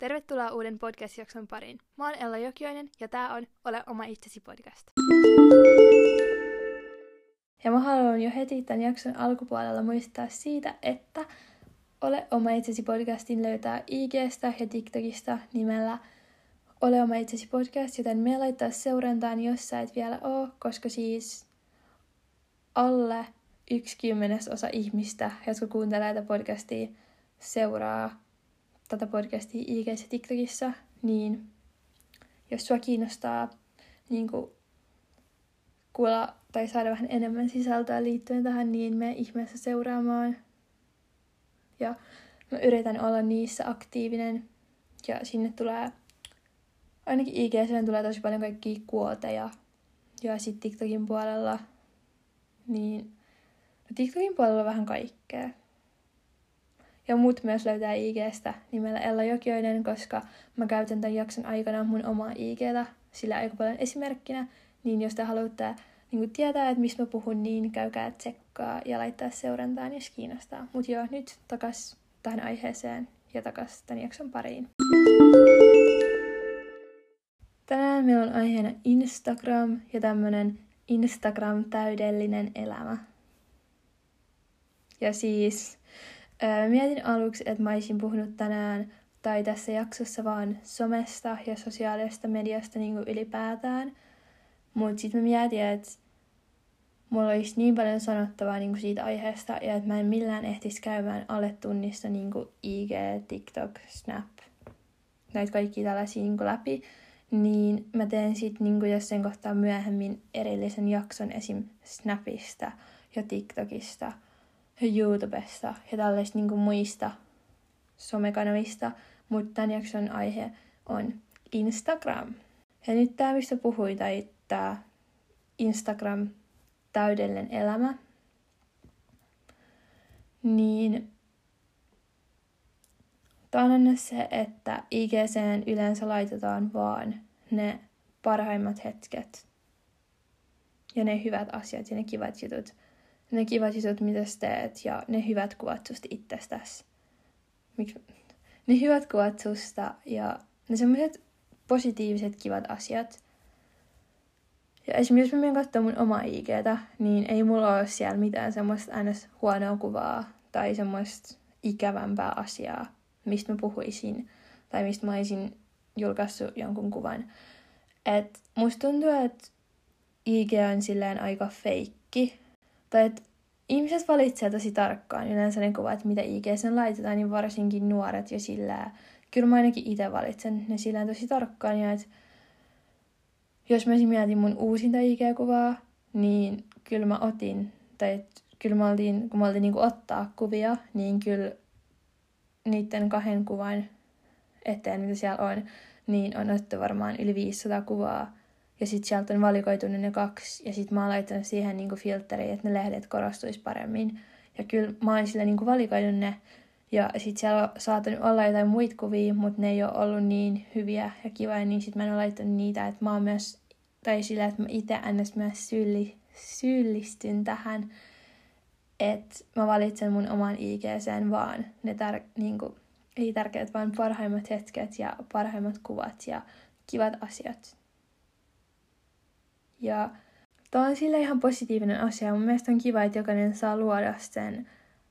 Tervetuloa uuden podcast-jakson pariin. Mä oon Ella Jokioinen ja tää on Ole oma itsesi podcast. Ja mä haluan jo heti tämän jakson alkupuolella muistaa siitä, että Ole oma itsesi podcastin löytää IG:stä ja TikTokista nimellä Ole oma itsesi podcast, joten me laittaa seurantaan, jos sä et vielä oo, koska siis alle 1/10 ihmistä, jotka kuuntelee tätä podcastia, seuraa tätä podcastia IG:ssä ja TikTokissa, niin jos sua kiinnostaa niin kuulla tai saada vähän enemmän sisältöä liittyen tähän, niin mene ihmeessä seuraamaan. Ja mä yritän olla niissä aktiivinen. Ja sinne tulee, ainakin IG:ssä tulee tosi paljon kaikkia kuoteja. Ja sit TikTokin puolella, niin TikTokin puolella on vähän kaikkea. Ja mut myös löytää IG:stä nimellä Ella Jokioinen, koska mä käytän tämän jakson aikana mun omaa IG:tä sillä aika paljon esimerkkinä. Niin jos te haluatte niin tietää, että mistä mä puhun, niin käykää tsekkaa ja laittaa seurantaan, jos kiinnostaa. Mut joo, nyt takas tähän aiheeseen ja takas tämän jakson pariin. Tänään meillä on aiheena Instagram ja tämmönen Instagram-täydellinen elämä. Ja siis mietin aluksi, että mä olisin puhunut tänään tai tässä jaksossa vaan somesta ja sosiaalisesta mediasta niin kuin ylipäätään. Mutta sitten mä mietin, että mulla olisi niin paljon sanottavaa niin kuin siitä aiheesta ja että mä en millään ehtisi käymään alle tunnissa niin kuin IG, TikTok, Snap, näitä kaikkia tällaisia niin kuin läpi. Niin mä teen sitten niin kuin jossain kohtaa myöhemmin erillisen jakson esim. Snapista ja TikTokista ja YouTubesta ja tällaisista niin kuin muista somekanavista. Mutta tämän jakson aihe on Instagram. Ja nyt tämä, mistä puhuin, tai tämä Instagram täydellinen elämä, niin tämä on aina se, että IG:seen yleensä laitetaan vaan ne parhaimmat hetket ja ne hyvät asiat ja ne kivat jutut. Ne kivat jutut, mitä sä teet, ja ne hyvät kuvat susta itsestäsi. Ne hyvät kuvat susta ja ne semmoiset positiiviset kivat asiat. Ja esimerkiksi jos mä menen katsomaan mun omaa IG:tä, niin ei mulla ole siellä mitään semmoista ns. Huonoa kuvaa tai semmoista ikävämpää asiaa, mistä mä puhuisin tai mistä mä olisin julkaissut jonkun kuvan. Et musta tuntuu, että IG on silleen aika feikki. Tai että ihmiset valitsee tosi tarkkaan yleensä ne kuvat, mitä IG:seen laitetaan, niin varsinkin nuoret jo sillä. Kyllä mä ainakin itse valitsen ne silleen tosi tarkkaan. Ja että jos mä mietin mun uusinta IG-kuvaa, niin kyllä mä otin, tai kyllä mä oltiin, kun mä oltiin niinku ottaa kuvia, niin kyllä niiden 2 kuvan eteen, mitä siellä on, niin on otettu varmaan yli 500 kuvaa. Ja sit sieltä on valikoitunut ne 2, ja sit mä oon laittanut siihen niinku filtteriin, että ne lehdet korostuisi paremmin. Ja kyllä mä oon sillä niinku valikoinut ne, ja sit siellä on saattanut olla jotain muita kuvia, mutta ne ei ole ollut niin hyviä ja kivoja, niin sit mä en ole laittanut niitä, että mä oon myös, tai sillä, että mä itse ns. Myös syyllistyn tähän, että mä valitsen mun oman IG:seen vaan ne niinku, ei tärkeät, vaan parhaimmat hetket ja parhaimmat kuvat ja kivat asiat. Ja tää on sille ihan positiivinen asia. Mun mielestä on kiva, että jokainen saa luoda sen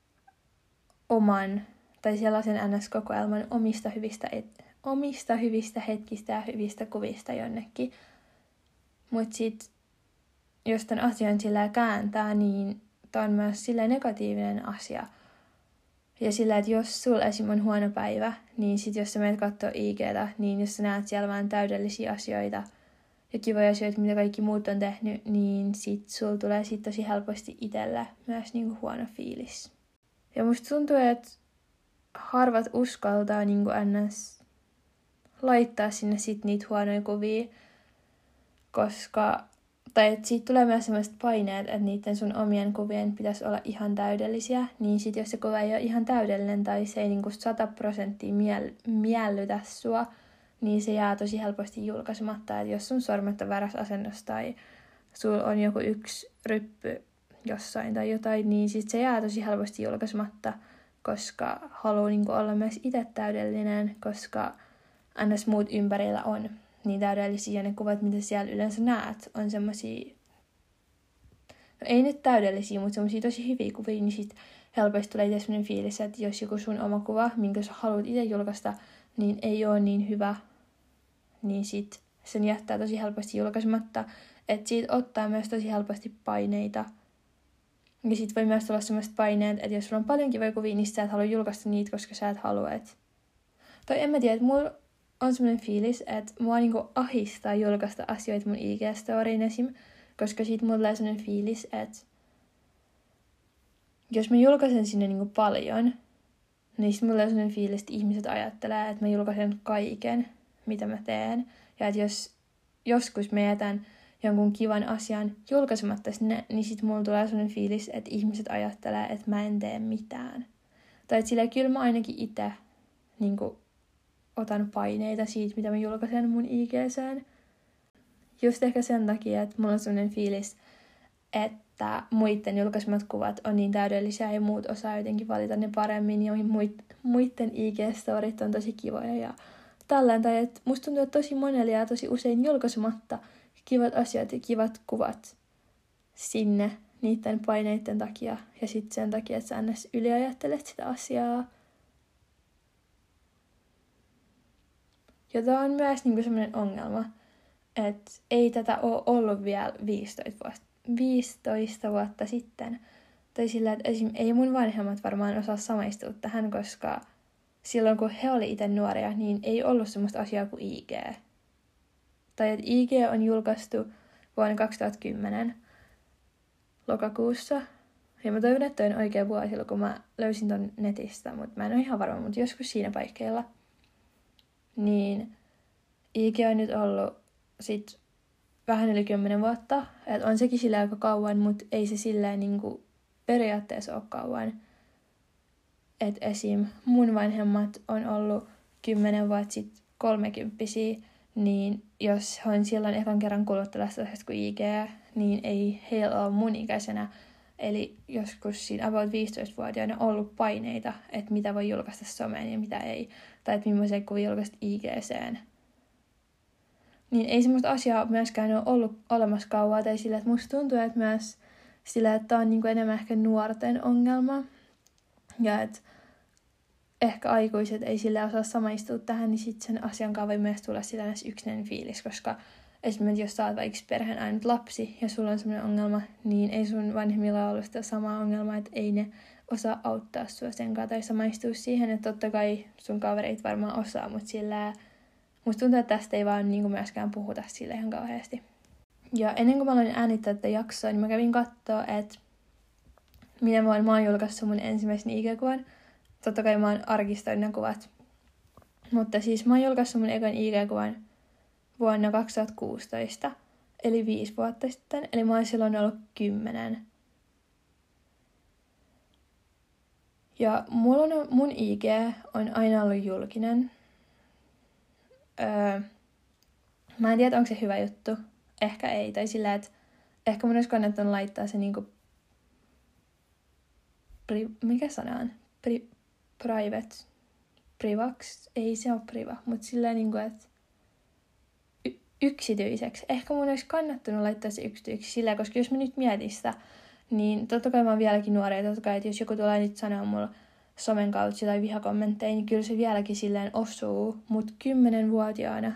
oman tai sellaisen NS-kokoelman omista hyvistä hetkistä ja hyvistä kuvista jonnekin. Mut sit, jos tän asian sillä kääntää, niin tää on myös sillä negatiivinen asia. Ja sillä, että jos sulla esim. On huono päivä, niin sit jos sä menet kattoo IG:tä, niin jos sä näet siellä vain täydellisiä asioita ja kivoja asioita, mitä kaikki muut on tehnyt, niin sit sulla tulee sit tosi helposti itselle myös niinku huono fiilis. Ja musta tuntuu, että harvat uskaltaa niinku ns. Laittaa sinne sit niitä huonoja kuvia, koska, tai että siitä tulee myös sellaiset paineet, että niiden sun omien kuvien pitäisi olla ihan täydellisiä, niin sit jos se kuva ei ole ihan täydellinen tai se ei niinku 100% miellytä sua, niin se jää tosi helposti julkaisematta, että jos sun sormet on väärässä asennossa tai sulla on joku yksi ryppy jossain tai jotain, niin sit se jää tosi helposti julkaisematta, koska haluaa niinku olla myös itse täydellinen, koska ns. Muut ympärillä on niin täydellisiä, ja ne kuvat, mitä siellä yleensä näet, on semmosia, no ei nyt täydellisiä, mutta semmosia tosi hyviä kuvia, niin sit helposti tulee semmoinen fiilis, että jos joku sun oma kuva, minkä sä haluat itse julkaista, niin ei ole niin hyvä, niin sit sen jättää tosi helposti julkaisematta, että siitä ottaa myös tosi helposti paineita. Ja sit voi myös tulla semmoiset paineet, että jos sulla on paljon kivoja kuvia, niin sä et halua julkaista niitä, koska sä et halua, tai en mä tiedä, että mulla on semmoinen fiilis, että mua niinku ahistaa julkaista asioita mun IG-storyin esim. Koska siitä mulla tulee semmoinen fiilis, että jos mä julkaisen sinne niinku paljon, niin sit mulla on semmoinen fiilis, että ihmiset ajattelee, että mä julkaisen kaiken, mitä mä teen. Ja että jos joskus mä jätän jonkun kivan asian julkaisematta sinne, niin sit mulla tulee semmoinen fiilis, että ihmiset ajattelee, että mä en tee mitään. Tai että sillä kyllä mä ainakin itse niinku otan paineita siitä, mitä mä julkaisen mun IG:seen. Just ehkä sen takia, että mulla on sellainen fiilis, että muiden julkaisemat kuvat on niin täydellisiä ja muut osaa jotenkin valita ne paremmin ja muiden IG-storit on tosi kivoja ja tällään. Tai että musta tuntuu, että tosi monella jää tosi usein julkaisematta kivat asiat ja kivat kuvat sinne niiden paineiden takia ja sitten sen takia, että sä ns. Yliajattelet sitä asiaa. Ja tää on myös niinku semmoinen ongelma, että ei tätä ole ollut vielä 15 vuotta sitten. Tai sillä, että esim. Ei mun vanhemmat varmaan osaa samaistua tähän, koska silloin kun he oli itse nuoria, niin ei ollut semmoista asiaa kuin IG. Tai että IG on julkaistu vuonna 2010 lokakuussa. Ja mä toivon, että on oikea vuosi, kun mä löysin ton netistä, mutta mä en ole ihan varma, mutta joskus siinä paikkeilla. Niin IG on nyt ollut sit vähän yli 10 vuotta. Et on sekin sillä aika kauan, mutta ei se silleen niinku periaatteessa ole kauan. Et esim. Mun vanhemmat on ollut 10 vuotta sitten 30-vuotiaita, niin jos he on silloin ekan kerran kuullut tällaista kuin IG, niin ei heillä ole mun ikäisenä. Eli joskus siinä about 15-vuotiaana ollut paineita, että mitä voi julkaista someen ja mitä ei. Tai että millaisia kuvia julkaista IG:seen. Niin ei semmoista asiaa myöskään ole ollut olemassa kauan. Tai sillä, että musta tuntuu, että myös sillä, että on niinku enemmän ehkä nuorten ongelma. Ja että ehkä aikuiset ei sille osaa samaistua tähän, niin sitten sen asian kanssa voi myös tulla sillä yksinäinen fiilis. Koska esimerkiksi jos sä oot vaikka perheen ainut lapsi ja sulla on semmoinen ongelma, niin ei sun vanhemmilla ollut sitä samaa ongelmaa, että ei ne osaa auttaa sua sen kanssa tai samaistua siihen, että totta kai sun kavereit varmaan osaa, mutta sillä musta tuntuu, että tästä ei vaan niinku myöskään puhuta sille ihan kauheasti. Ja ennen kuin mä aloin äänittää tätä jaksoa, niin mä kävin kattoo, että minä mä oon julkaissut mun ensimmäisen IG-kuvan. Totta kai mä oon arkistoinut ne kuvat. Mutta siis mä oon julkaissut mun ekan IG-kuvan vuonna 2016, eli 5 vuotta sitten. Eli mä oon silloin ollut 10. Ja mun IG on aina ollut julkinen. Mä en tiedä, onko se hyvä juttu. Ehkä ei. Tai sillä, että ehkä mun olisi kannattanut laittaa se niinku mikä sana on? Private. Privax? Ei se ole priva, mutta silleen niinku, että yksityiseksi. Ehkä mun olisi kannattanut laittaa se yksityiseksi sillä, koska jos mä nyt mietin sitä, niin totta kai mä oon vieläkin nuori, ja totta kai, että jos joku tulee nyt sanoa mulla somen kautta tai vihakommentteja, niin kyllä se vieläkin silleen osuu, mutta 10-vuotiaana,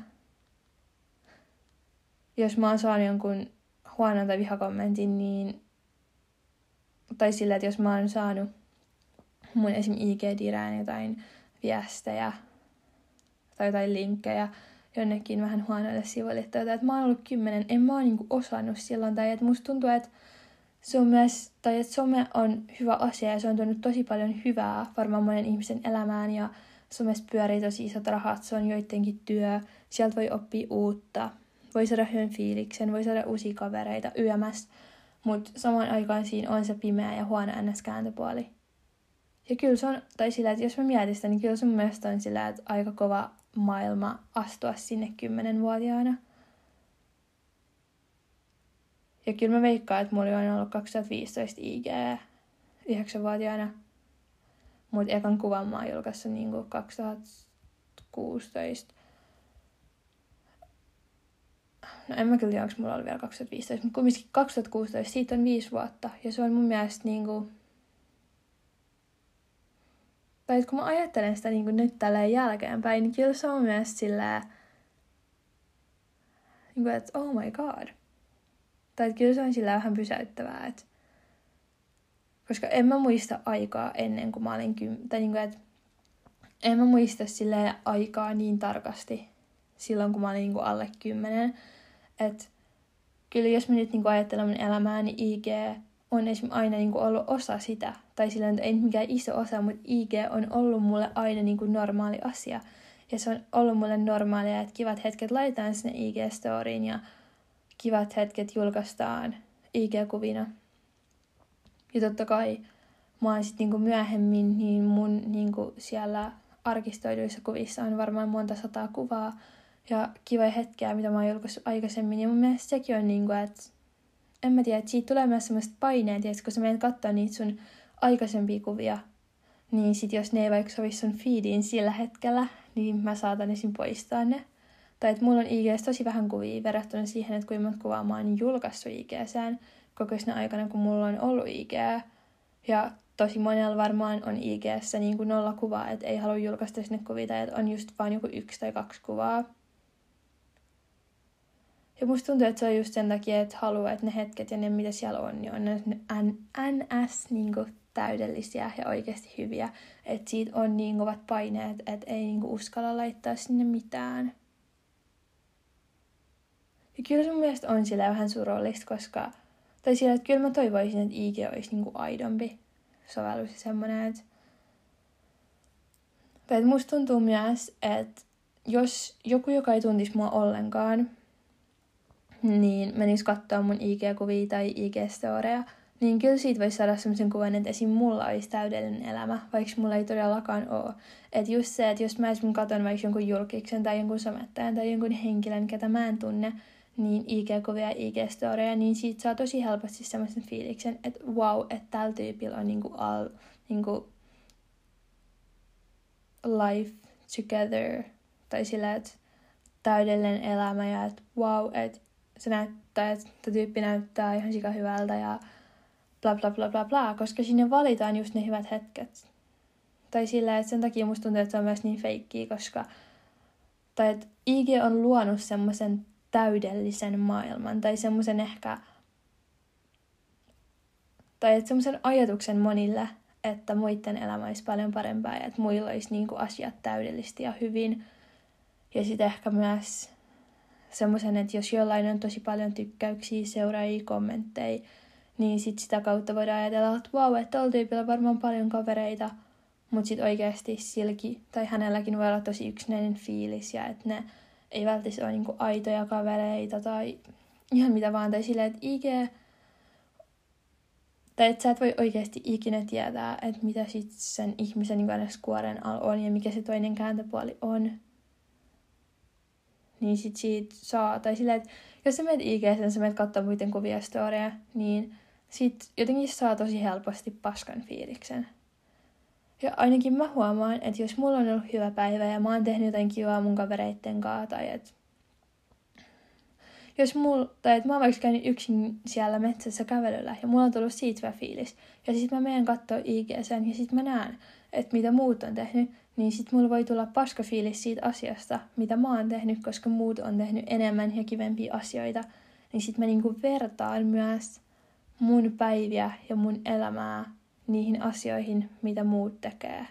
jos mä oon saanut jonkun huonon tai vihakommentin, niin tai sillä, että jos mä oon saanut mun esim. IG-dirään jotain viestejä tai jotain linkkejä jonnekin vähän huonoille sivuille, että mä oon ollut 10, en mä oon niinku osannut silloin, tai että musta tuntuu, että se on myös, tai että some on hyvä asia ja se on tuonut tosi paljon hyvää varmaan monen ihmisen elämään ja somessa pyörii tosi isot rahat, se on joidenkin työ, sieltä voi oppia uutta, voi saada hyvän fiiliksen, voi saada uusia kavereita yömässä, mutta samaan aikaan siinä on se pimeä ja huono NS-kääntöpuoli. Ja kyllä se on, tai sillä, että jos mä mietin sitä, niin kyllä se mun mielestä on sillä, että aika kova maailma astua sinne 10-vuotiaana. Ja kyllä mä veikkaan, että mulla on ollut 2015 IG 9-vuotiaana. Mutta ekan kuvan mä oon julkaissut niinku 2016. no en mä kyllä tiedä, onko mulla ollut vielä 2015, mutta kumminkin 2016, siitä on 5 vuotta. Ja se on mun mielestä niinku, tai kun mä ajattelen sitä niinku nyt tälleen jälkeenpäin, niin kyllä se on mun mielestä silleen, niinku, että oh my god. Tai kyllä se on silleen vähän pysäyttävää, että koska en mä muista aikaa ennen kuin mä olin tai niinku, että en mä muista silleen aikaa niin tarkasti silloin, kun mä olin niinku alle 10. Että kyllä jos mä nyt niinku ajattelen mun elämää, niin IG on esimerkiksi aina niinku ollut osa sitä. Tai silleen, ei mikään iso osa, mutta IG on ollut mulle aina niinku normaali asia. Ja se on ollut mulle normaalia, että kivat hetket laitetaan sinne IG-storiin ja kivat hetket julkaistaan IG-kuvina. Ja totta kai mä oon sit niinku myöhemmin, niin mun niinku siellä arkistoiduissa kuvissa on varmaan monta 100 kuvaa ja kiva hetkeä, mitä mä oon julkaissut aikaisemmin. Ja mun mielestä sekin on niinku, että en mä tiedä, että siitä tulee myös semmoista paineet, että kun sä menet katsoa niitä sun aikaisempia kuvia, niin sit jos ne ei vaikka sovi sun feediin sillä hetkellä, niin mä saatan esim. Poistaa ne. Tai että mulla on IG:ssä tosi vähän kuvia verrattuna siihen, että kuinka monta kuvaa mä oon julkaissut IG:sään koko sinä aikana, kun mulla on ollut IG. Ja tosi monella varmaan on IG:ssä niin kuin 0 kuvaa, että ei halua julkaista sinne kuvia tai että on just vaan joku 1 tai 2 kuvaa. Ja musta tuntuu, että se on just sen takia, että haluaa, että ne hetket ja ne mitä siellä on, niin on ne NS niin kuin täydellisiä ja oikeasti hyviä. Että siitä on niin kovat paineet, että ei niin kuin uskalla laittaa sinne mitään. Ja kyllä se mun mielestä on sillä vähän surullista, koska tai sillä, että kyllä mä toivoisin, että IG olisi niin kuin aidompi sovellus ja semmoinen, että tai että musta tuntuu myös, että jos joku, joka ei tuntisi mua ollenkaan, niin menisi katsoa mun IG-kuvia tai IG-storeja, niin kyllä siitä voisi saada semmoisen kuvan, että esim. Mulla olisi täydellinen elämä, vaikka mulla ei todellakaan ole. Että just se, että jos mä esim. Katon vaikka jonkun julkiksen tai jonkun somettajan tai jonkun henkilön, ketä mä en tunne, niin IG-kuvia ja IG-storeja, niin siitä saa tosi helposti semmoisen fiiliksen, että wow, että tällä tyypillä on niinku life together, tai sillä, että täydellinen elämä ja että wow, että se näyttää, että tyyppi näyttää ihan sika hyvältä ja bla bla bla bla bla, koska sinne valitaan just ne hyvät hetket. Tai sillä, että sen takia musta tuntuu, että se on myös niin feikkiä, koska tai että IG on luonut semmoisen täydellisen maailman tai semmoisen ehkä tai että semmoisen ajatuksen monille, että muiden elämä olisi paljon parempaa ja että muilla olisi niinku asiat täydellisesti ja hyvin. Ja sitten ehkä myös semmoisen, että jos jollain on tosi paljon tykkäyksiä, seuraajia, kommentteja, niin sit sitä kautta voidaan ajatella, että vau, että tuolla tyypillä on varmaan paljon kavereita, mutta sitten oikeasti silläkin, tai hänelläkin voi olla tosi yksinäinen fiilis ja että ne ei välttämättä ole niinku aitoja kavereita tai ihan mitä vaan. Tai silleen, että IG, tai että sä et voi oikeasti ikinä tietää, että mitä sit sen ihmisen niin aina kuoren alla on ja mikä se toinen kääntöpuoli on. Niin sit siitä saa, tai silleen, että jos sä menet IG:seen, sä menet katsoa muiden kuvia storia, niin sit jotenkin saa tosi helposti paskan fiiliksen. Ja ainakin mä huomaan, että jos mulla on ollut hyvä päivä ja mä oon tehnyt jotain kivaa mun kavereitten kanssa, tai että mä oon vaikka käynyt yksin siellä metsässä kävelyllä ja mulla on tullut siitä hyvä fiilis. Ja sit mä menen kattoo IG:seen ja sit mä näen, että mitä muut on tehnyt, niin sit mulla voi tulla paska fiilis siitä asiasta, mitä mä oon tehnyt, koska muut on tehnyt enemmän ja kivempia asioita. Niin sit mä niinku vertaan myös mun päiviä ja mun elämää niihin asioihin, mitä muut tekee.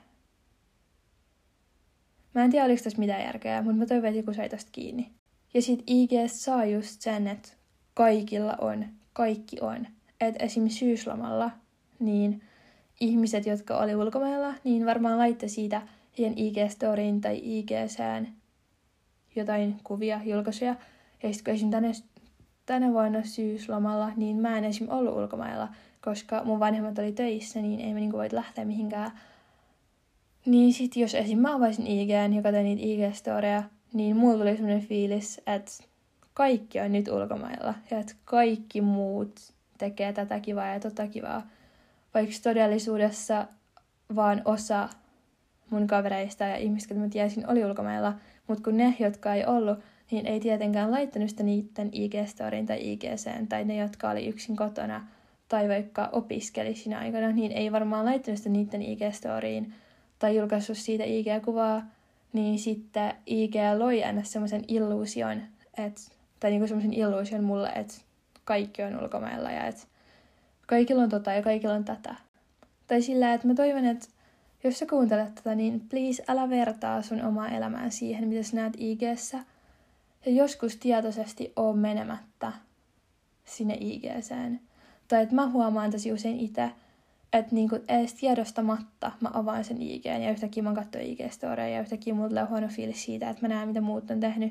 Mä en tiedä, oliko tässä mitään järkeä, mutta mä toivon, että joku sai tosta kiinni. Ja sit IG saa just sen, että kaikki on. Että esim. Syyslomalla, niin ihmiset, jotka oli ulkomailla, niin varmaan laittoi siitä heidän IG-storiin tai IG:sään jotain kuvia, julkaisuja. Ja sit kun esim. Tänä vuonna syyslomalla, niin mä en esim. Ollut ulkomailla, koska mun vanhemmat oli töissä, niin ei me niinku voit lähteä mihinkään. Niin sit jos esim. Mä avaisin IG:n ja katsoin niitä IG-storeja, niin mulla tuli semmoinen fiilis, että kaikki on nyt ulkomailla ja että kaikki muut tekee tätä kivaa ja tota kivaa. Vaikka todellisuudessa vaan osa mun kavereista ja ihmistä, jotka mä tiesin, oli ulkomailla, mutta kun ne, jotka ei ollut, niin ei tietenkään laittanut sitä niiden IG-storiin tai IGCen, tai ne, jotka oli yksin kotona, tai vaikka opiskeli siinä aikana, niin ei varmaan laittanut sitä niiden IG-storiin, tai julkaissut siitä IG-kuvaa, niin sitten IG loi ns. Semmoisen illuusion, tai niinku semmoisen illuusion mulle, että kaikki on ulkomailla ja että kaikilla on tota ja kaikilla on tätä. Tai sillä, että mä toivon, että jos sä kuuntelet tätä, niin please älä vertaa sun omaa elämää siihen, mitä sä näet IG:ssä. Ja joskus tietoisesti oo menemättä sinne IG:seen. Tai että mä huomaan tosi usein itse, että niinku edes tiedostamatta mä avaan sen IG:n ja yhtäkkiä mä katson IG-storia ja yhtäkkiä mulla tulee huono fiilis siitä, että mä näen mitä muut on tehnyt.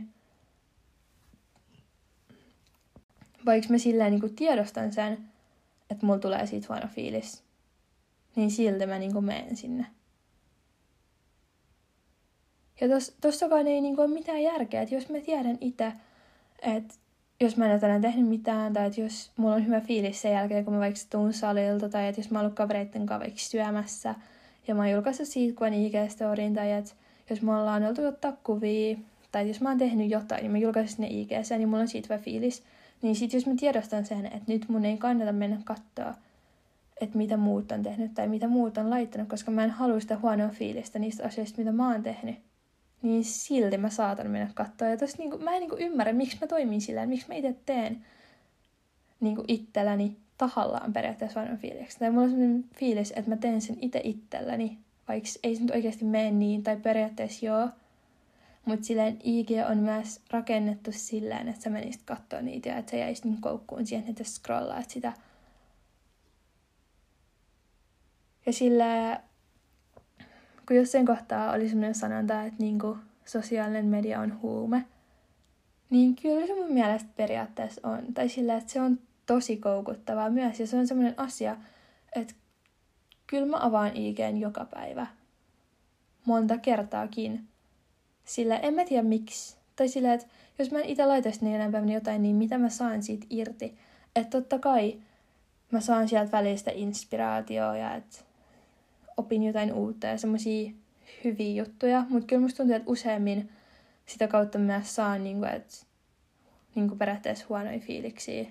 Vaikka mä silleen niinku tiedostan sen, että mulla tulee siitä huono fiilis, niin silti mä niinku menen sinne. Ja tossakaan ei niinku ole mitään järkeä, että jos mä tiedän itse, että jos mä en ole tänään tehnyt mitään, tai että jos mulla on hyvä fiilis sen jälkeen, kun mä vaikka tuun salilta, tai että jos mä oon ollut kavereitten kanssa syömässä, ja mä oon julkaissut siitä kuvan IG-storiin, tai että jos me ollaan oltu ottaa kuvia, tai jos mä oon tehnyt jotain, niin mä julkaisin sinne IG:seen, niin mulla on siitä hyvä fiilis. Niin sit jos mä tiedostan sen, että nyt mun ei kannata mennä katsoa, että mitä muut on tehnyt, tai mitä muut on laittanut, koska mä en halua sitä huonoa fiilistä niistä asioista, mitä mä oon tehnyt, niin silti mä saatan mennä katsoa. Ja tossa mä en ymmärrä, miksi mä toimin sillä, miksi mä itse teen itselläni tahallaan periaatteessa huonon fiiliksi. Tai mulla on sellainen fiilis, että mä teen sen itse itselläni, vaikka ei se nyt oikeasti mene niin, tai periaatteessa joo. Mutta silleen IG on myös rakennettu silleen, että sä menisit katsoa niitä ja että sä jäisit koukkuun siihen, että scrollaat sitä. Ja silleen, kun jossain kohtaa oli sellainen sanonta, että niinku sosiaalinen media on huume, niin kyllä se mun mielestä periaatteessa on. Tai silleen, että se on tosi koukuttavaa myös. Ja se on sellainen asia, että kyllä mä avaan IG:n joka päivä. Monta kertaakin. Sillä en mä tiedä miksi. Tai sillä, että jos mä en itse laita sinne jonain päivänä jotain, niin mitä mä saan siitä irti. Että totta kai mä saan sieltä välistä inspiraatioa ja että opin jotain uutta ja semmosia hyviä juttuja. Mutta kyllä musta tuntuu, että useammin sitä kautta myös saan periaatteessa huonoja fiiliksiä.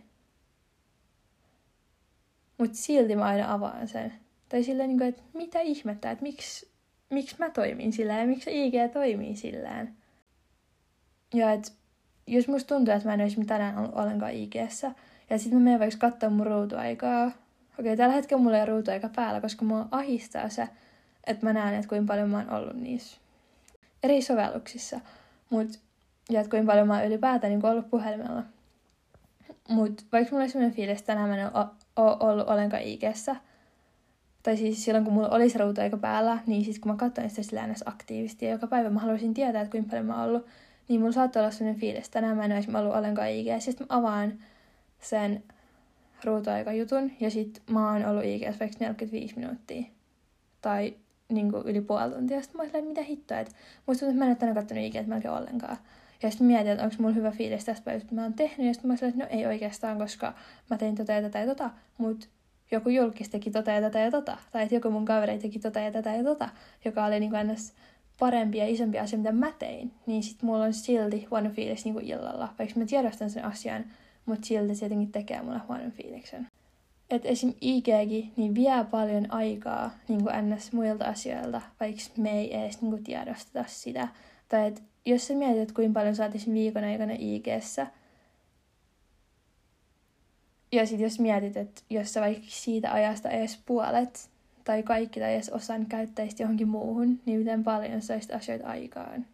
Mutta silti mä aina avaan sen. Tai silleen, että mitä ihmettä, että miksi mä toimin sillä ja miksi IG toimii sillään. Ja että jos musta tuntuu, että mä en olisi tänään ollut ollenkaan IG:ssä, ja sitten mä menen vaikka katsoa mun ruutuaikaa. Okei, tällä hetkellä mulla ei ole ruutuaika päällä, koska mua ahistaa se, että mä näen, että kuinka paljon mä oon ollut niissä eri sovelluksissa. Ja että kuinka paljon mä oon ylipäätään ollut puhelimella. Mutta vaikka mulla oli sellainen fiilis, että tänään mä en ole ollut ollenkaan IG:ssä, tai siis silloin, kun mulla oli se ruutuaika päällä, niin sitten kun mä katsoin sitä sillä ns. Aktiivisesti ja joka päivä mä haluaisin tietää, että kuinka paljon mä oon ollut, niin mulla saattoi olla sellainen fiilis, että tänään mä en olisi ollut ollenkaan IG:ssä. Sitten mä avaan sen ruutuaikajutun ja sitten mä oon ollut IG:ssä vaikka 45 minuuttia. Tai yli puoli tuntia. Sitten mä oon silleen, mitä hittoa, että musta tuntuu, että mä en ole tänään katsonut IG:ssä melkein ollenkaan. Ja sitten mietin, että onko mulla hyvä fiilis tästä päivästä, mitä mä oon tehnyt. Ja sitten mä oon silleen, että no ei oikeastaan, koska mä tein tota ja tätä ja tota, mutta joku julkis teki tota ja tätä ja tota. Tai että joku mun kaveri teki tota ja tätä ja tota, joka oli ns. Parempi ja isompi asia, mitä mä tein. Niin sit mulla on silti huono fiilis illalla. Vaikka mä tiedostan sen asian, mutta silti se jotenkin tekee mulle huonon fiiliksen. Että esim. IG:kin niin vie paljon aikaa ns. Muilta asioilta, vaikka me ei edes tiedosteta sitä. Tai että jos sä mietit, että kuinka paljon sä oot viikon aikana IG:ssä, ja sit jos mietit, että jos sä vaikka siitä ajasta edes puolet, tai kaikki tai edes osan käyttäisit johonkin muuhun, niin miten paljon saisit asioita aikaan.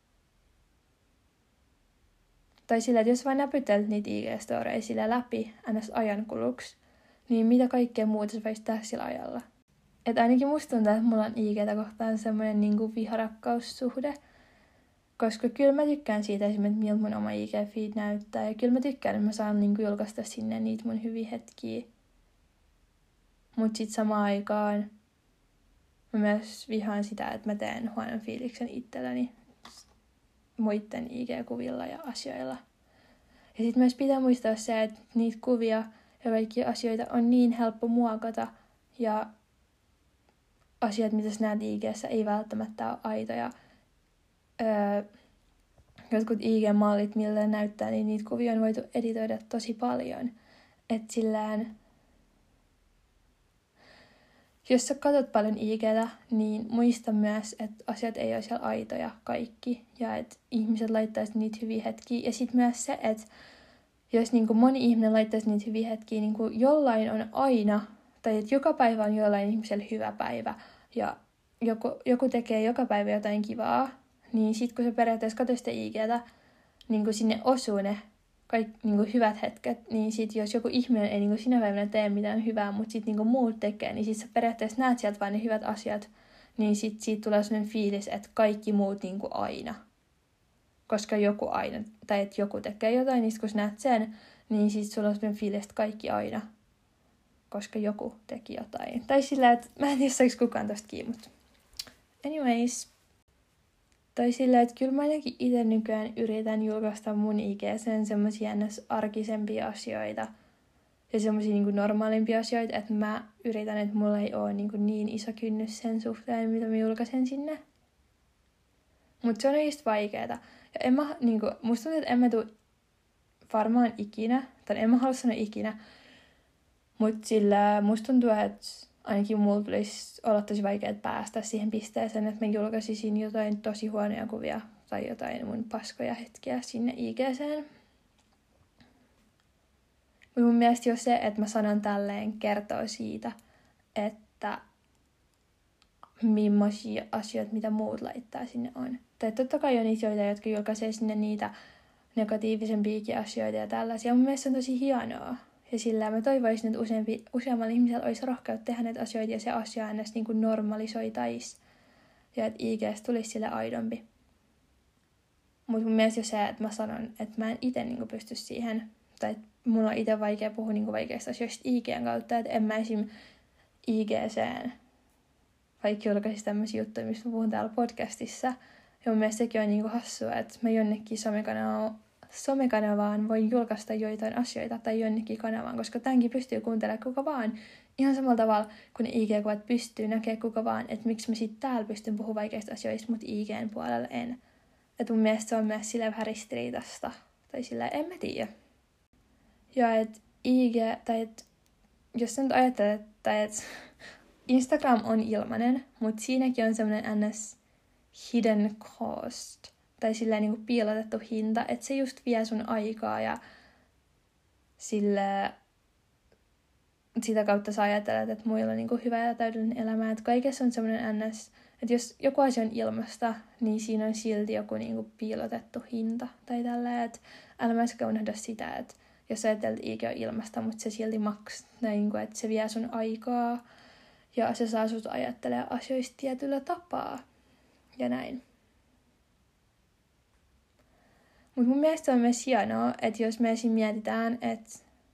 Tai sillä, että jos vain näpyttelet niitä IG-storeja sillä läpi ns. Ajankuluksi, niin mitä kaikkea muuta sä voisit tehdä sillä ajalla. Että ainakin musta tuntuu, että mulla on IG:tä kohtaan semmoinen viharakkaussuhde. Koska kyllä mä tykkään siitä esimerkiksi, miltä mun oma IG-feed näyttää. Ja kyllä mä tykkään, että mä saan julkaista sinne niitä mun hyviä hetkiä. Mut sit samaan aikaan mä myös vihaan sitä, että mä teen huonon fiiliksen itselläni muiden IG-kuvilla ja asioilla. Ja sit myös pitää muistaa se, että niitä kuvia ja kaikkia asioita on niin helppo muokata. Ja asiat, mitä sä näet IG:ssä, ei välttämättä ole aitoja. jotkut IG-mallit, millä näyttää, niin niitä kuvia on voitu editoida tosi paljon. Että sillään, jos sä katsot paljon IG:tä, niin muista myös, että asiat ei ole siellä aitoja kaikki. Ja että ihmiset laittaisi niitä hyviä hetkiä. Ja sitten myös se, että jos niin kuin moni ihminen laittaisi niitä hyviä hetkiä, niin kuin jollain on aina, tai että joka päivä on jollain ihmisellä hyvä päivä, ja joku tekee joka päivä jotain kivaa, niin sitten kun sä periaatteessa katsot sitä IG:tä, niin kun sinne osuu ne kaikki niin hyvät hetket, niin sitten jos joku ihminen ei niin sinä päivänä tee mitään hyvää, mutta sitten niin muut tekee, niin sitten sä periaatteessa näet sieltä vain ne hyvät asiat, niin sitten siitä tulee sellainen fiilis, että kaikki muut niin aina. Koska joku aina, tai että joku tekee jotain, niin kun sä näet sen, niin sitten sulla on sellainen fiilis, että kaikki aina. Koska joku teki jotain. Tai sillä, että mä en tiedä, saiko kukaan tosta kiinni, mutta anyways. Tai sillä, että kyllä mä ainakin itse nykyään yritän julkaista mun IG:seen semmosia arkisempia asioita ja semmosia niin normaalimpia asioita, että mä yritän, että mulla ei ole niin iso kynnys sen suhteen, mitä mä julkaisen sinne. Mutta se on just vaikeeta. Ja musta tuntuu, että en mä tuu varmaan ikinä, tai en mä halua sanoa ikinä, mutta sillä musta tuntuu, että ainakin mulla tulisi olla tosi vaikea päästä siihen pisteeseen, että mä julkaisisin jotain tosi huonoja kuvia tai jotain mun paskoja hetkiä sinne IG:seen. Mutta mun mielestä jo se, että mä sanon tälleen, kertoo siitä, että millaisia asioita, mitä muut laittaa sinne on. Tai totta kai on niitä jotka julkaisee sinne niitä negatiivisempiakin asioita ja tällaisia. Mun mielestä se on tosi hienoa. Ja sillä mä toivoisin, että useammalla ihmisellä olisi rohkeutta tehdä näitä asioita ja se asia ennäs niin kuin normalisoitaisi. Ja että IG:stä tulisi sille aidompi. Mutta mun mielestä jo se, että mä sanon, että mä en itse niin kuin pysty siihen, tai että mun on itse vaikea puhua niin kuin vaikeista asioista IG:n kautta, että en mä esim. IG:seen vaikka julkaisisi tämmöisiä juttuja, mistä mä puhun täällä podcastissa. Ja mun mielestä sekin on niin kuin hassua, että mä jonnekin somekanavaan voin julkaista joitain asioita tai jonnekin kanavaan, koska tämänkin pystyy kuuntelemaan kuka vaan. Ihan samalla tavalla, kun ne IG-kuvat pystyy näkemään kuka vaan, että miksi mä sitten täällä pystyn puhumaan vaikeista asioista, mutta IG:n puolella en. Että mun mielestä se on myös silleen vähän ristiriitasta. Tai silleen, en mä tiedä. Ja että IG, tai että jos sä nyt ajattelet, että Instagram on ilmainen, mutta siinäkin on semmoinen ns. Hidden cost. Tai silleen niin kuin piilotettu hinta, että se just vie sun aikaa ja sillä sitä kautta sä ajattelet, että muilla on niin kuin hyvä ja täydellinen elämä. Että kaikessa on semmoinen ns. Että jos joku asia on ilmasta, niin siinä on silti joku niin kuin piilotettu hinta. Tai tällä, että älä myöskään unohda sitä, että jos sä ajattelet, että IG on ilmasta, mutta se silti maksaa, niin kuin, että se vie sun aikaa ja se saa sut ajattelemaan asioista tietyllä tapaa. Ja näin. Mutta mun mielestä on myös hienoa, että jos me esim. Mietitään, että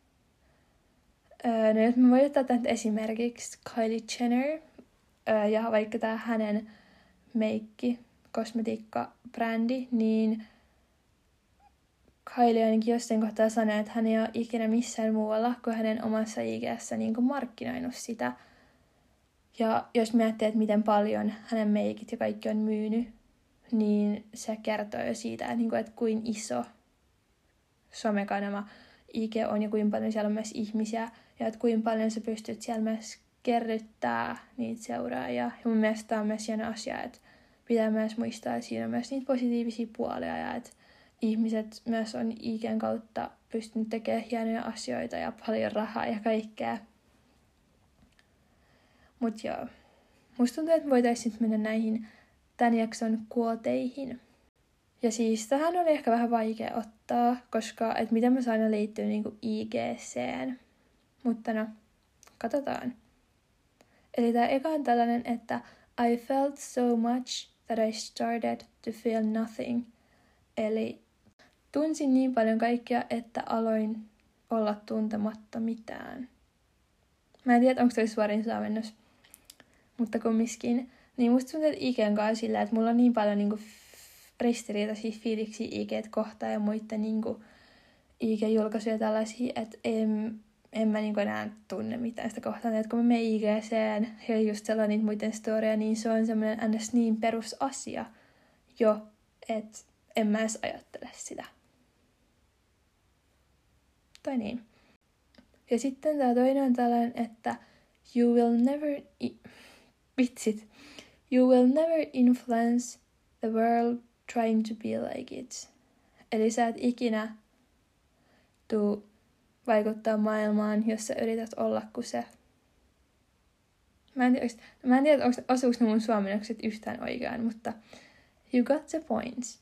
no jos me voidaan ottaa tämän esimerkiksi Kylie Jenner ja vaikka tämä hänen meikki, kosmetiikka-brändi, niin Kylie ainakin jossain kohtaa sanoi, että hän ei ole ikinä missään muualla kuin hänen omassa IG:ssä niin kuin markkinoinut sitä. Ja jos miettii, että miten paljon hänen meikit ja kaikki on myynyt, niin se kertoo jo siitä, että kuin iso somekanava IG on ja kuinka paljon siellä on myös ihmisiä ja että kuinka paljon sä pystyt siellä myös kerryttää niitä seuraajia. Ja mun mielestä tämä on myös hieno asia, että pitää myös muistaa, että siinä on myös niitä positiivisia puolia ja että ihmiset myös on IG:n kautta pystynyt tekemään hienoja asioita ja paljon rahaa ja kaikkea. Mut joo, musta tuntuu, että voitaisiin mennä näihin tämän jakson kuoteihin. Ja siis tähän oli ehkä vähän vaikea ottaa, koska että miten mä saan liittyä niinku IG:seen. Mutta no, katsotaan. Eli tää eka on tällainen, että I felt so much that I started to feel nothing. Eli tunsin niin paljon kaikkea, että aloin olla tuntematta mitään. Mä en tiedä, onko toi suorin suomennos, mutta kumminkin. Niin musta tuntuu, että IG:n kanssa sillä, että mulla on niin paljon niinku ristiriitaisia fiiliksiä IG:t kohtaan ja muiden niinku IG-julkaisuja tällaisia, että en mä niinku enää tunne mitään sitä kohtaan. Että kun mä menen IG:seen ja just sellainen niitä muiden storia, niin se on semmoinen ns. Niin perusasia jo, että en mä edes ajattele sitä. Tai niin. Ja sitten tää toinen on tällainen, että you will never influence the world trying to be like it. Eli sä et ikinä tuu vaikuttaa maailmaan, jos sä yrität olla kuin se. Mä en tiedä osuuko ne mun suomennokset yhtään oikein, mutta you got the points.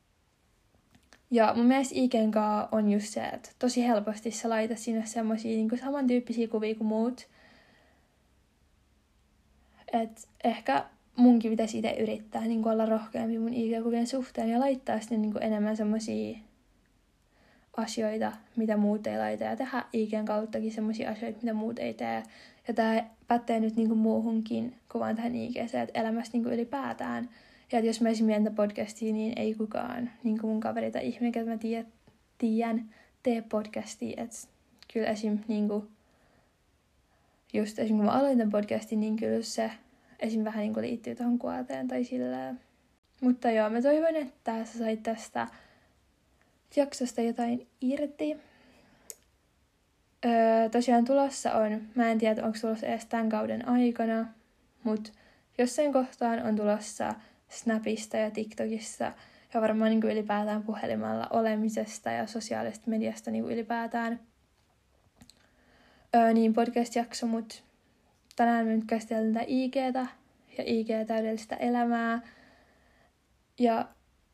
Ja mun mielestä IG:n kanssa on just se, että tosi helposti sä laitat sinne semmosia niin samantyyppisiä kuvia kuin muut. Et ehkä munkin pitäisi itse yrittää niin olla rohkeampi mun IG-kuvien suhteen ja laittaa sinne niin enemmän semmosia asioita, mitä muut ei laita, ja tehdä IG:n kauttakin semmosia asioita, mitä muut ei tee. Ja tää pätee nyt niin muuhunkin kuvaan tähän IG:seen, että elämästä niin ylipäätään. Ja että jos mä esim. Mietin podcastia, niin ei kukaan niin mun kaveri tai ihminen, ketä mä tiedän, tee podcastia. Että kyllä esim. Niin just esim. Kun mä aloin tämän podcastin, niin kyllä se esim. Vähän niin liittyy tuohon kuoteen tai silleen. Mutta joo, mä toivon, että sä sait tästä jaksosta jotain irti. Tosiaan tulossa on, mä en tiedä onko tulossa edes tämän kauden aikana, mutta jossain kohtaan on tulossa Snapista ja TikTokissa ja varmaan niin kuin ylipäätään puhelimella olemisesta ja sosiaalisesta mediasta niin kuin ylipäätään niin podcast-jakso, mutta tänään me nyt käsitellään tätä IG:tä ja IG-täydellistä elämää. Ja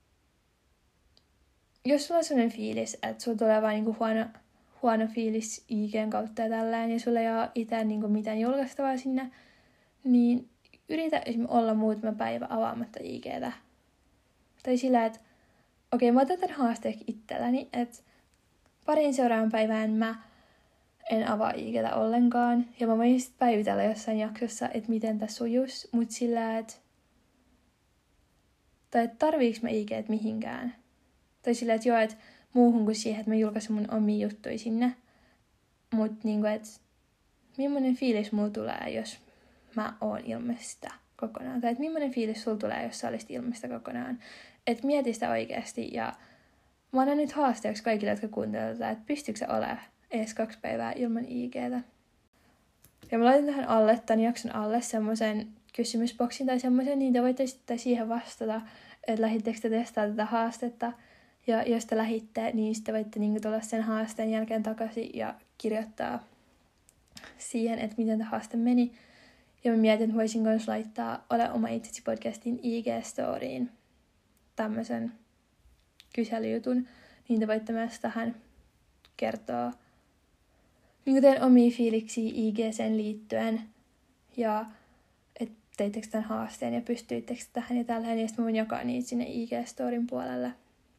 jos sulla on sellainen fiilis, että sulla tulee vaan niinku huono fiilis IG:n kautta ja tällään, ja sulla ei ole itse niinku mitään julkaistavaa sinne, niin yritä esimerkiksi olla muutama päivä avaamatta IG:tä. Tai sillä, että okei, mä otan tämän haasteeksi itselläni, että parin seuraavan päivään mä en avaa IG:tä ollenkaan, ja mä voin sitten päivitellä jossain jaksossa, että miten tässä sujuisi, mutta sillä, että tarviiks mä IG:t mihinkään. Tai sillä, että joo, että muuhun kuin siihen, että mä julkaisen mun omia juttuja sinne. Mutta niinku, että millainen fiilis mulla tulee, jos mä oon ilman sitä kokonaan. Tai että millainen fiilis sulla tulee, jos sä olisit ilman sitä kokonaan. Että mieti sitä oikeasti. Ja mä annan nyt haasteeksi kaikille, jotka kuuntelevat tätä, että pystyykö sä olemaan edes 2 päivää ilman IG:tä. Ja mä laitan tähän alle, tämän jakson alle, semmoisen kysymysboksin tai semmoisen, niin te voitte sitten siihen vastata, että lähdittekö te testaa tätä haastetta. Ja jos te lähditte, niin sitten voitte niinku tulla sen haasteen jälkeen takaisin ja kirjoittaa siihen, että miten tämä haaste meni. Ja mä mietin, että voisin myös laittaa Ole oma itsesi podcastin IG-storiin tämmöisen kyselyjutun. Niin te voitte myös tähän kertoa niin teidän omia fiiliksiä IG:seen liittyen. Ja että teittekö tämän haasteen ja pystyittekö tähän ja tällä. Ja sitten mä voin jakaa niitä sinne IG-storin puolelle.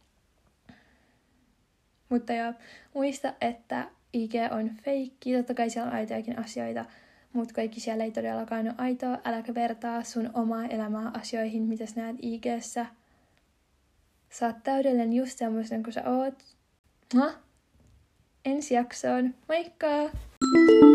Mutta joo, muista, että IG on feikki. Totta kai siellä on aitojakin asioita, mutta kaikki siellä ei todellakaan ole aitoa. Äläkä vertaa sun omaa elämää asioihin, mitä sä näet IG:ssä. Sä oot täydellinen just semmoisen kuin sä oot. Ensi jaksoon. Moikka!